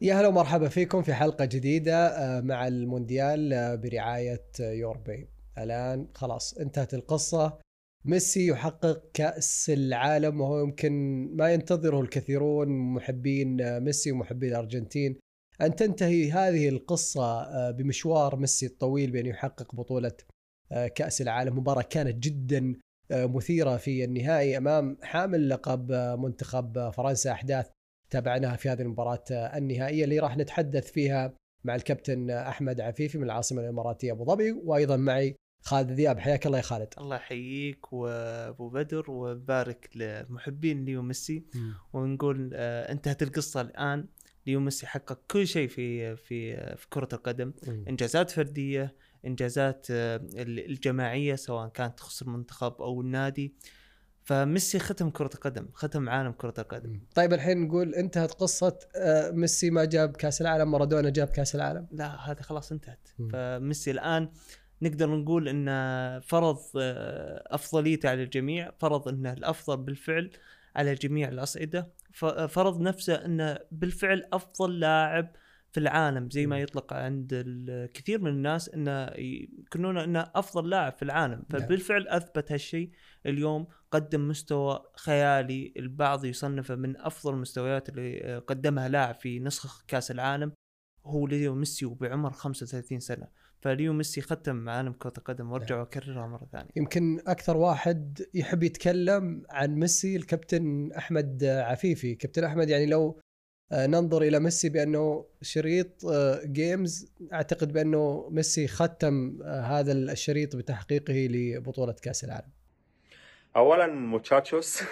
يا هلا ومرحبا فيكم في حلقة جديدة مع المونديال برعاية يوربي. الآن خلاص انتهت القصة. ميسي يحقق كأس العالم، وهو يمكن ما ينتظره الكثيرون محبين ميسي ومحبين الأرجنتين أن تنتهي هذه القصة بمشوار ميسي الطويل بأن يحقق بطولة كأس العالم. مباراة كانت جدا مثيرة في النهائي أمام حامل لقب منتخب فرنسا. أحداث تابعناها في هذه المباراة النهائية اللي راح نتحدث فيها مع الكابتن أحمد عفيفي من العاصمة الإماراتية أبو ظبي، وأيضا معي خالد ذياب. حياك الله يا خالد. الله يحييك وابو بدر وبارك لمحبين ليو ميسي. ونقول انتهت القصة الآن. ليو ميسي حقق كل شيء في كرة القدم. انجازات فردية، انجازات الجماعية، سواء كانت تخص المنتخب او النادي. فميسي ختم كرة القدم، ختم عالم كرة القدم. طيب الحين نقول انتهت قصة ميسي ما جاب كأس العالم، مارادونا جاب كأس العالم. لا، هذا خلاص انتهت. فميسي الآن نقدر نقول انه فرض افضليته على الجميع، فرض انه الافضل بالفعل على جميع الاصعده، فرض نفسه انه بالفعل افضل لاعب في العالم، زي ما يطلق عند الكثير من الناس انه يكونون انه افضل لاعب في العالم. فبالفعل اثبت هالشيء اليوم، قدم مستوى خيالي، البعض يصنفه من افضل المستويات اللي قدمها لاعب في نسخ كاس العالم، هو ليو ميسي وبعمر 35 سنة. فليو ميسي ختم عالم كرة القدم، وارجع واكررها مرة ثانية. يمكن أكثر واحد يحب يتكلم عن ميسي الكابتن أحمد عفيفي. كابتن أحمد، يعني لو ننظر إلى ميسي بأنه شريط جيمز، أعتقد بأنه ميسي ختم هذا الشريط بتحقيقه لبطولة كأس العالم. اولا موتشاتشوس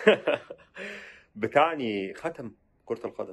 بتعني ختم كرة القدم.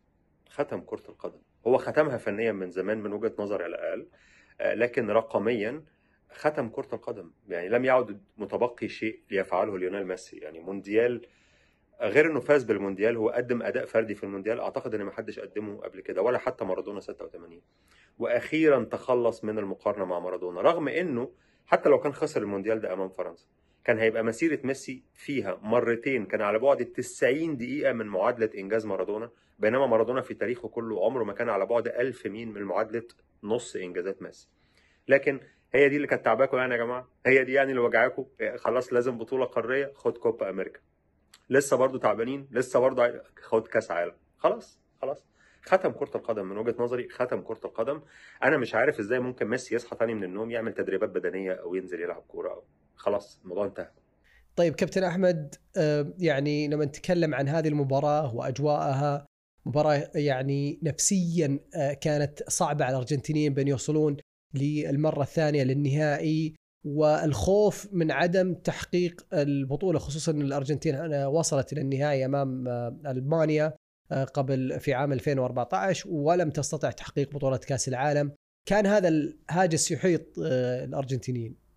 ختم كرة القدم، هو ختمها فنيا من زمان من وجهة نظري على الأقل، لكن رقميا ختم كرة القدم. يعني لم يعد متبقي شيء ليفعله ليونيل ميسي. يعني مونديال، غير انه فاز بالمونديال، هو قدم اداء فردي في المونديال اعتقد ان ما حدش قدمه قبل كده، ولا حتى مارادونا 86. واخيرا تخلص من المقارنه مع مارادونا، رغم انه حتى لو كان خسر المونديال ده امام فرنسا كان هيبقى مسيره ميسي فيها مرتين كان على بعد 90 دقيقه من معادله انجاز مارادونا، بينما مارادونا في تاريخه كله عمره ما كان على بعد 1000 ميل من معادله نص انجازات ميسي. لكن هي دي اللي كانت تعباكم يعني يا جماعه، هي دي يعني اللي وجعاكم. خلاص لازم بطوله قاريه، خد كوبا امريكا. لسه برضو تعبانين، لسه برضو خد كاس عالم. خلاص خلاص ختم كرة القدم من وجهة نظري، ختم كرة القدم. انا مش عارف ازاي ممكن ميسي يصحى تاني من النوم يعمل تدريبات بدنية او ينزل يلعب كورة أو خلاص الموضوع انتهى. طيب كابتن أحمد، يعني لما نتكلم عن هذه المباراة وأجواءها، مباراة يعني نفسيا كانت صعبة على الأرجنتينيين بأن يوصلون للمرة الثانية للنهائي، والخوف من عدم تحقيق البطولة، خصوصا أن الأرجنتين وصلت إلى النهائي أمام ألمانيا قبل في عام 2014 ولم تستطع تحقيق بطولة كأس العالم. كان هذا الهاجس يحيط الأرجنتينيين.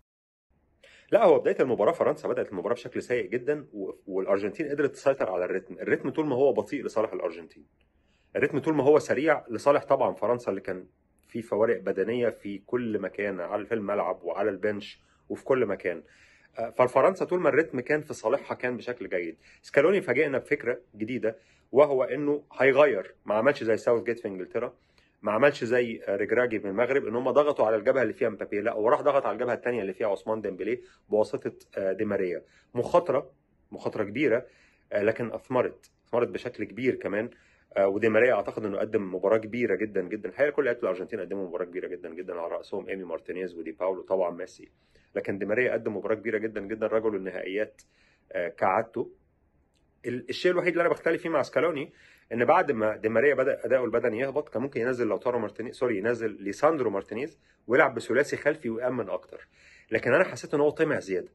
لا، هو بداية المباراة فرنسا بدأت المباراة بشكل سيء جدا، والأرجنتين قدرت تسيطر على الريتم طول ما هو بطيء لصالح الأرجنتين، الريتم طول ما هو سريع لصالح طبعا فرنسا، اللي كان في فوارق بدنية في كل مكان، في الملعب وعلى البنش وفي كل مكان. فالفرنسا طول ما الريتم كان في صالحها كان بشكل جيد. سكالوني فاجئنا بفكره جديده، وهو انه هيغير. ما عملش زي ساوث جيت في انجلترا، ما عملش زي ريجراجي من المغرب ان هم ضغطوا على الجبهه اللي فيها مبابي، لا وراح ضغط على الجبهه الثانيه اللي فيها عثمان ديمبلي بواسطه دي ماريا. مخاطره كبيره، لكن اثمرت بشكل كبير كمان. ودي ماريا اعتقد انه قدم مباراه كبيره جدا جدا. الحقيقه كل لعيبه الارجنتين قدموا مباراه كبيره جدا جدا، على راسهم ايمي مارتينيز ودي باولو طبعا ميسي. لكن دي ماريا قدم مباراه كبيره جدا جدا، رجل النهائيات كعادته. الشيء الوحيد اللي انا بختلف فيه مع سكالوني ان بعد ما دي ماريا بدا اداؤه البدني يهبط كان ممكن ينزل لوتارو مارتينيز، ينزل ليساندرو مارتينيز ويلعب بثلاثي خلفي ويامن اكتر. لكن انا حسيت ان هو طمع زياده،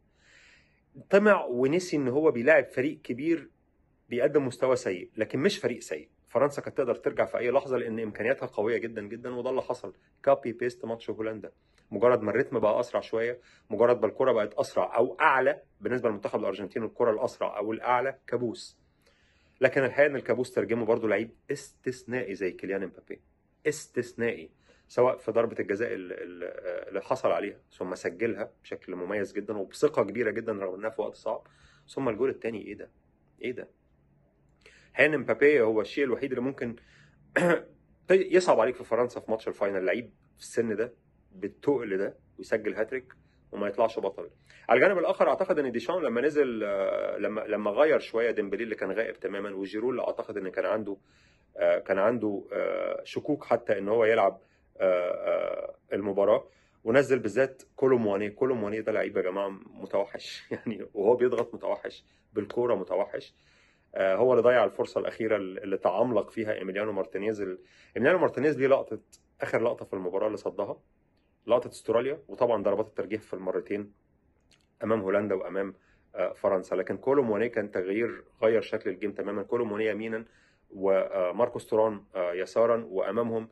طمع ونسي ان هو بيلاعب فريق كبير بيقدم مستوى سيء، لكن مش فريق سيء. فرنسا كانت تقدر ترجع في اي لحظه لان امكانياتها قويه جدا جدا، وده اللي حصل. كابي بيست ماتش هولندا. مجرد ما الريتم بقى اسرع شويه، مجرد ما الكره بقت اسرع او اعلى بالنسبه لمنتخب الارجنتين، الكره الاسرع او الاعلى كابوس. لكن الحقيقه ان الكابوس ترجمه برضو لعيب استثنائي زي كيليان امبابي، استثنائي، سواء في ضربه الجزاء اللي حصل عليها ثم سجلها بشكل مميز جدا وبثقه كبيره جدا رغم انها في وقت صعب، ثم الجول الثاني. ايه ده؟ ايه ده؟ هان امبابي هو الشيء الوحيد اللي ممكن يصعب عليك في فرنسا في ماتش الفاينل لعيب في السن ده بالتقل ده ويسجل هاتريك وما يطلعش بطل. على الجانب الاخر اعتقد ان ديشان لما نزل لما غير شويه ديمبلي اللي كان غائب تماما، وجيرو اللي اعتقد ان كان عنده شكوك حتى ان هو يلعب المباراه، ونزل بالذات كولو مواني ده لعيب يا جماعه متوحش يعني، وهو بيضغط متوحش بالكوره متوحش. هو اللي ضيع الفرصه الاخيره اللي تعملق فيها ايميليانو مارتينيز. ايميليانو مارتينيز دي اخر لقطه في المباراه اللي صدها، لقطه استراليا، وطبعا ضربات الترجيح في المرتين امام هولندا وامام فرنسا. لكن كولو مواني كان غير شكل الجيم تماما. كولو مواني يمينا وماركوس توران يسارا، وامامهم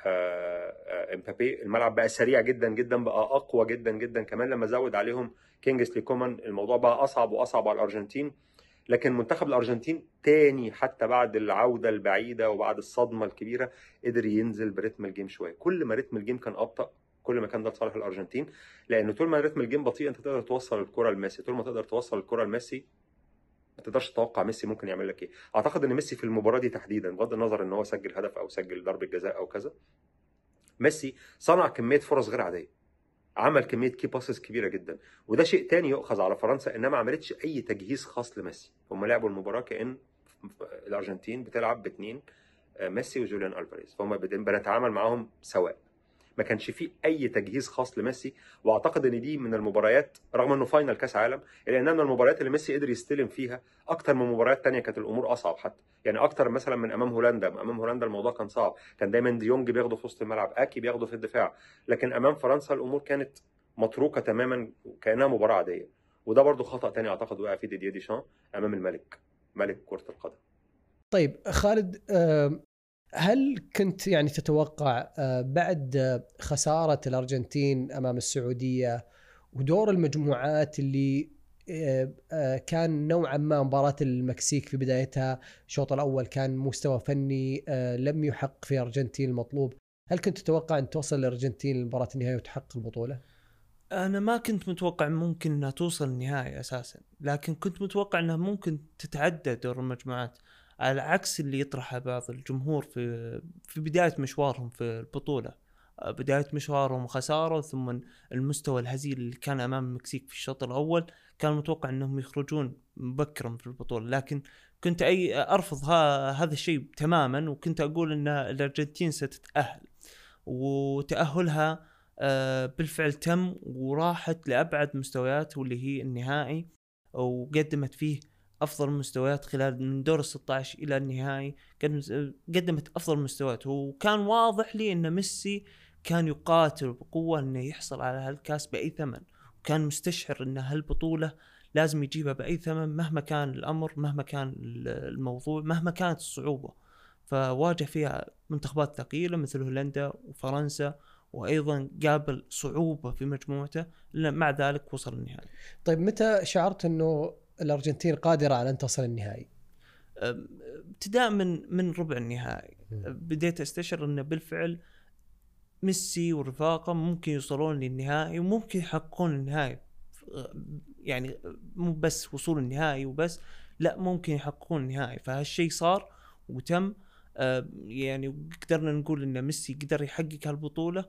امبابي. الملعب بقى سريع جدا جدا، بقى اقوى جدا جدا كمان لما زود عليهم كينجسلي كومان. الموضوع بقى اصعب واصعب على الارجنتين. لكن منتخب الارجنتين تاني حتى بعد العوده البعيده وبعد الصدمه الكبيره قدر ينزل برتم الجيم شويه. كل ما رتم الجيم كان ابطا كل ما كان ده لصالح الارجنتين، لان طول ما رتم الجيم بطيء انت تقدر توصل الكره لميسي. طول ما تقدر توصل الكره لميسي ما تقدرش تتوقع ميسي ممكن يعمل لك ايه. اعتقد ان ميسي في المباراه دي تحديدا بغض النظر ان هو سجل هدف او سجل ضربه جزاء او كذا، ميسي صنع كميه فرص غير عاديه، عمل كميه كي باسز كبيره جدا، وده شيء تاني يؤخذ على فرنسا انها ما عملتش اي تجهيز خاص لميسي. هم لعبوا المباراه كأن الارجنتين بتلعب باثنين ميسي وجوليان الفاريز، فهم بنتعامل معاهم سواء. ما كانش فيه اي تجهيز خاص لميسي. واعتقد ان دي من المباريات، رغم انه فاينل كاس عالم، الا انها من المباريات اللي ميسي قدر يستلم فيها اكتر من مباريات تانية كانت الامور اصعب حتى. يعني اكتر مثلا من امام هولندا الموضوع كان صعب، كان دايما ديونج بياخده في وسط الملعب، اكي بياخده في الدفاع. لكن امام فرنسا الامور كانت متروكه تماما كانها مباراه عاديه. وده برضو خطا تاني اعتقد وقع فيه ديدييه ديشان امام ملك كره القدم. طيب خالد، هل كنت يعني تتوقع بعد خسارة الأرجنتين أمام السعودية ودور المجموعات اللي كان نوعا ما مباراة المكسيك في بدايتها الشوط الأول كان مستوى فني لم يحقق في الأرجنتين المطلوب، هل كنت تتوقع أن توصل الأرجنتين لمباراة النهائي وتحقق البطولة؟ أنا ما كنت متوقع ممكن أنها توصل النهائي أساسا، لكن كنت متوقع أنها ممكن تتعدى دور المجموعات، على عكس اللي يطرحه بعض الجمهور في بداية مشوارهم في البطولة. بداية مشوارهم خسارة، ثم المستوى الهزيل اللي كان أمام المكسيك في الشوط الأول، كان متوقع أنهم يخرجون مبكرا في البطولة. لكن كنت أرفض هذا الشيء تماما، وكنت أقول أن الأرجنتين ستتأهل، وتأهلها بالفعل تم، وراحت لأبعد مستويات واللي هي النهائي، وقدمت فيه أفضل مستويات خلال من دور 16 إلى النهائي. قدمت أفضل مستويات، وكان واضح لي أن ميسي كان يقاتل بقوة أنه يحصل على هالكاس بأي ثمن، وكان مستشعر أن هالبطولة لازم يجيبها بأي ثمن مهما كان الأمر، مهما كان الموضوع، مهما كانت الصعوبة. فواجه فيها منتخبات ثقيلة مثل هولندا وفرنسا، وأيضا قابل صعوبة في مجموعته، مع ذلك وصل النهائي. طيب متى شعرت أنه الأرجنتين قادرة على أن تصل النهائي؟ ابتداء من ربع النهائي بديت أستشعر أنه بالفعل ميسي ورفاقه ممكن يوصلون للنهائي، وممكن يحققون النهائي. يعني مو بس وصول النهائي وبس، لا، ممكن يحققون النهائي. فهالشيء صار وتم. يعني قدرنا نقول ان ميسي قدر يحقق هالبطولة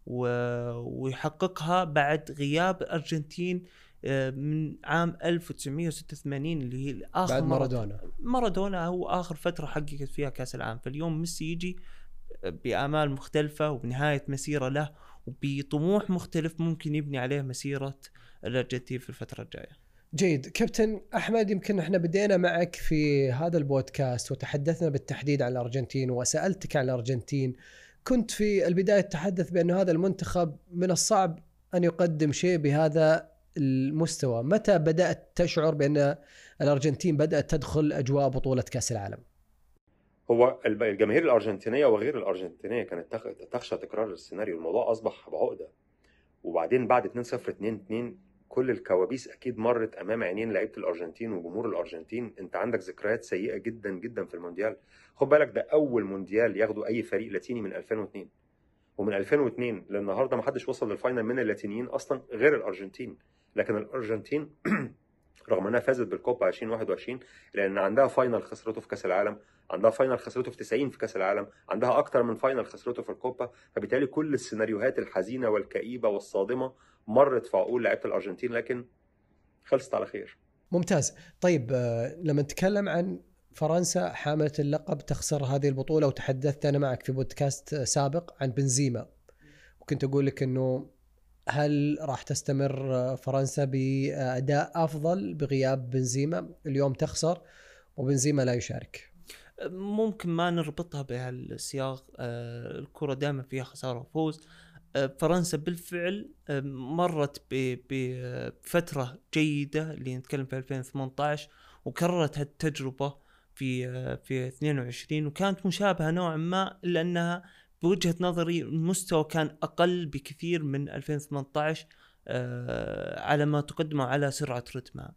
ويحققها بعد غياب الأرجنتين من عام 1986 اللي هي آخر بعد مارادونا هو آخر فترة حققت فيها كأس العالم. فاليوم ميسي يجي بآمال مختلفة وبنهاية مسيرة له وبطموح مختلف ممكن يبني عليه مسيرة الأرجنتين في الفترة الجاية. جيد كابتن أحمد، يمكن احنا بدينا معك في هذا البودكاست وتحدثنا بالتحديد عن الأرجنتين وسألتك عن الأرجنتين. كنت في البداية تحدث بأن هذا المنتخب من الصعب أن يقدم شيء بهذا المستوى. متى بدأت تشعر بأن الأرجنتين بدأت تدخل أجواء بطولة كأس العالم؟ هو الجماهير الأرجنتينية وغير الأرجنتينية كانت تخشى تكرار السيناريو. الموضوع أصبح بعقدة، وبعدين بعد 2-0 2-2 كل الكوابيس أكيد مرت أمام عينين لعيبة الأرجنتين وجمهور الأرجنتين. أنت عندك ذكريات سيئة جدا جدا في المونديال. خد بالك ده أول مونديال ياخده أي فريق لاتيني من 2002، ومن 2002 للنهارده ما حدش وصل للفاينل من اللاتينيين أصلا غير الأرجنتين. لكن الأرجنتين رغم انها فازت بالكوبا 2021، لان عندها فاينل خسرته في كاس العالم، عندها فاينل خسرته في 90 في كاس العالم، عندها اكتر من فاينل خسرته في الكوبا. فبالتالي كل السيناريوهات الحزينه والكئيبه والصادمه مرت في عقول لعيبه الارجنتين، لكن خلصت على خير. ممتاز. طيب لما نتكلم عن فرنسا حاملة اللقب تخسر هذه البطولة، وتحدثت أنا معك في بودكاست سابق عن بنزيما، وكنت أقول لك أنه هل راح تستمر فرنسا بأداء أفضل بغياب بنزيما؟ اليوم تخسر وبنزيما لا يشارك. ممكن ما نربطها بهالسياق، الكرة دائما فيها خسارة وفوز. فرنسا بالفعل مرت بفترة جيدة اللي نتكلم في 2018، وكررت هالتجربة في 22، وكانت مشابهة نوعا ما، إلا أنها بوجهة نظري المستوى كان أقل بكثير من 2018 على ما تقدموا على سرعة رتمها.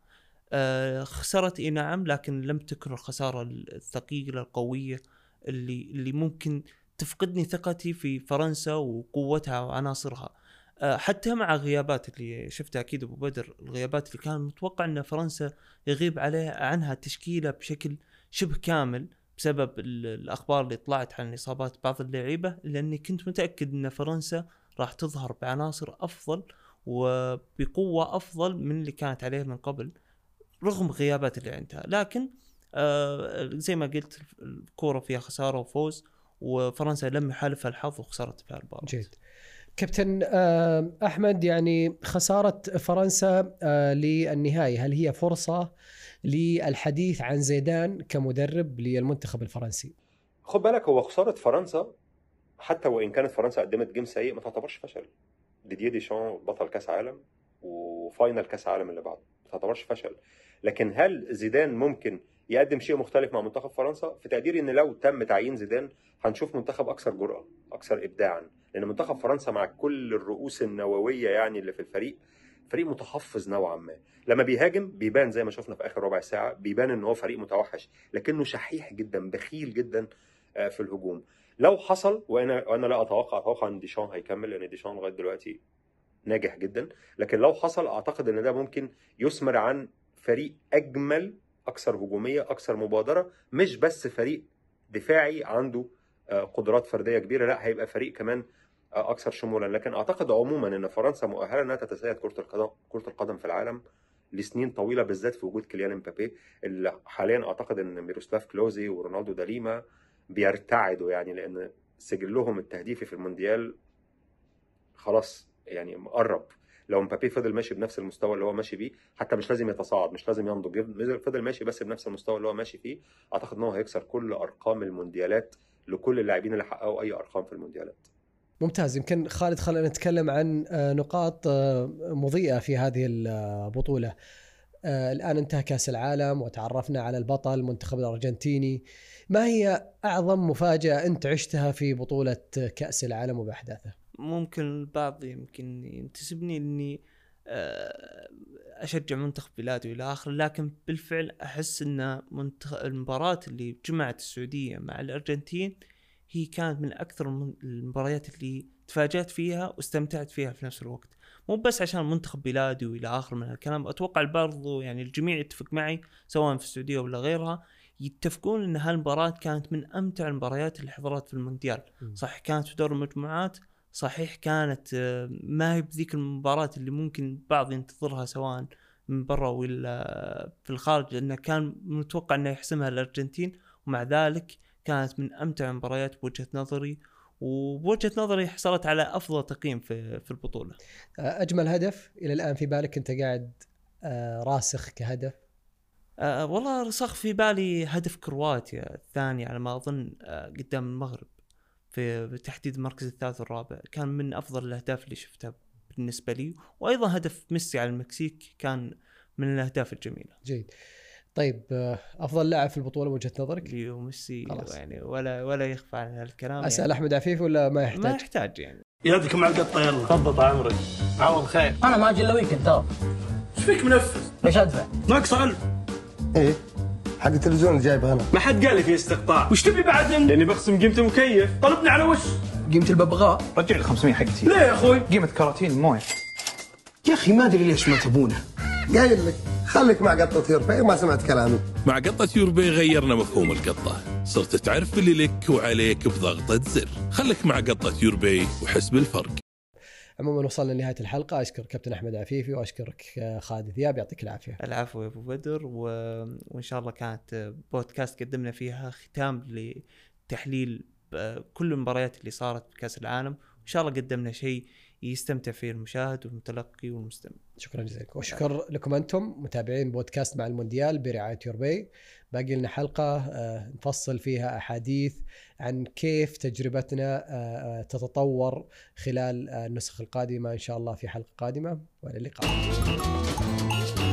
خسرت نعم، لكن لم تكن الخسارة الثقيلة القوية اللي ممكن تفقدني ثقتي في فرنسا وقوتها وعناصرها. حتى مع غيابات اللي شفتها أكيد أبو بدر، الغيابات اللي كان متوقع أن فرنسا يغيب عنها تشكيلة بشكل شبه كامل بسبب الأخبار اللي طلعت عن إصابات بعض اللعيبة، لأني كنت متأكد أن فرنسا راح تظهر بعناصر أفضل وبقوة أفضل من اللي كانت عليه من قبل رغم غيابات اللي عندها. لكن زي ما قلت الكورة فيها خسارة وفوز، وفرنسا لم يحالفها الحظ وخسرت في المباراة. جيد. كابتن أحمد، يعني خسارة فرنسا للنهاية، هل هي فرصة للحديث عن زيدان كمدرب للمنتخب الفرنسي؟ خد بالك، هو خسارة فرنسا حتى وإن كانت فرنسا قدمت جيم سيء ما تعتبرش فشل. ديديه ديشان بطل كاس عالم وفاينل كاس عالم اللي بعده، ما تعتبرش فشل. لكن هل زيدان ممكن يقدم شيء مختلف مع منتخب فرنسا؟ في تقديري ان لو تم تعيين زيدان هنشوف منتخب اكثر جرأة، اكثر ابداعا، لان منتخب فرنسا مع كل الرؤوس النووية يعني اللي في الفريق، فريق متحفظ نوعا ما. لما بيهاجم بيبان زي ما شفنا في اخر ربع ساعة، بيبان ان هو فريق متوحش، لكنه شحيح جدا، بخيل جدا في الهجوم. لو حصل، وانا لا اتوقع ان ديشان هيكمل، لان ديشان لغايه دلوقتي ناجح جدا، لكن لو حصل اعتقد ان ده ممكن يثمر عن فريق اجمل، اكثر هجوميه، اكثر مبادره، مش بس فريق دفاعي عنده قدرات فرديه كبيره، لا هيبقى فريق كمان اكثر شمولا. لكن اعتقد عموما ان فرنسا مؤهله انها تتسيد كره القدم في العالم لسنين طويله، بالذات في وجود كيليان امبابي، اللي حاليا اعتقد ان ميروسلاف كلوزي ورونالدو داليما بيرتعدوا، يعني لان سجلهم التهديفي في المونديال خلاص يعني مقرب. لو مبابي فضل ماشي بنفس المستوى اللي هو ماشي بيه، حتى مش لازم يتصاعد، مش لازم ينضج، فضل ماشي بس بنفس المستوى اللي هو ماشي فيه، اعتقد ان هو هيكسر كل ارقام المونديالات لكل اللاعبين اللي حققوا اي ارقام في المونديالات. ممتاز. يمكن خالد خلينا نتكلم عن نقاط مضيئة في هذه البطولة. الآن انتهى كأس العالم وتعرفنا على البطل المنتخب الأرجنتيني. ما هي أعظم مفاجأة أنت عشتها في بطولة كأس العالم وبأحداثه؟ ممكن البعض يمكن ينتسبني أني أشجع منتخب بلادي إلى آخر، لكن بالفعل أحس أن المباراة اللي جمعت السعودية مع الأرجنتين هي كانت من أكثر المباريات اللي تفاجأت فيها واستمتعت فيها في نفس الوقت. مو بس عشان منتخب بلادي وإلى آخر من الكلام، أتوقع برضو يعني الجميع يتفق معي سواء في السعودية ولا غيرها، يتفقون أن هالمباراة كانت من أمتع المباريات اللي حضرت في المونديال. صح كانت في دور المجموعات، صحيح كانت ما هي بذيك المباراة اللي ممكن بعض ينتظرها سواء من برا ولا في الخارج، لأنه كان متوقع أنه يحسمها الأرجنتين، ومع ذلك كانت من أمتع المباريات بوجهة نظري، وبوجهة نظري حصلت على أفضل تقييم في البطولة. أجمل هدف إلى الآن في بالك أنت قاعد راسخ كهدف؟ والله رسخ في بالي هدف كرواتيا الثاني على ما أظن قدام المغرب في تحديد المركز الثالث والرابع، كان من أفضل الأهداف اللي شفتها بالنسبة لي. وأيضا هدف ميسي على المكسيك كان من الأهداف الجميلة. جيد. طيب أفضل لاعب في البطولة وجهة نظرك؟ ليو ميسي خلاص. يعني ولا يخفى عن الكلام. أسأل يعني أحمد عفيف ولا ما يحتاج؟ ما يحتاج يعني. يدكم على القطة يلا. ضبط عمري. عوض خير. انا ما اجي الا ويكند ترى. ايش فيك منفذ؟ ليش ادفع؟ ناقص علم. ايه حق التلفزيون اللي جايبه انا. ما حد قال لي في استقطاع. وش تبي بعد مني؟ لاني بخصم قيمة المكيف. طلبني على وش؟ قيمة الببغاء. رجع لي 500 حقتي. ليه يا اخوي؟ قيمة كراتين المويه. يا اخي ما ادري ليش ما تبونه. قايل لك خليك مع قطة يورباي ما سمعت كلامي. مع قطة يورباي غيرنا مفهوم القطة، صرت تعرف اللي لك وعليك بضغطة زر. خليك مع قطة يورباي وحس بالفرق. عموما وصلنا لنهاية الحلقة. أشكر كابتن أحمد عفيفي وأشكرك خالد ذياب، يعطيك العافية. العفو يا أبو بدر، وإن شاء الله كانت بودكاست قدمنا فيها ختام لتحليل كل المباريات اللي صارت في كأس العالم، وإن شاء الله قدمنا شيء يستمتع فيه المشاهد والمتلقي والمستمع. شكرا جزيلا، وشكر لكم أنتم متابعين بودكاست مع المونديال برعاية يورباي. باقي لنا حلقة نفصل فيها أحاديث عن كيف تجربتنا تتطور خلال النسخ القادمة إن شاء الله في حلقة قادمة، وإلى اللقاء.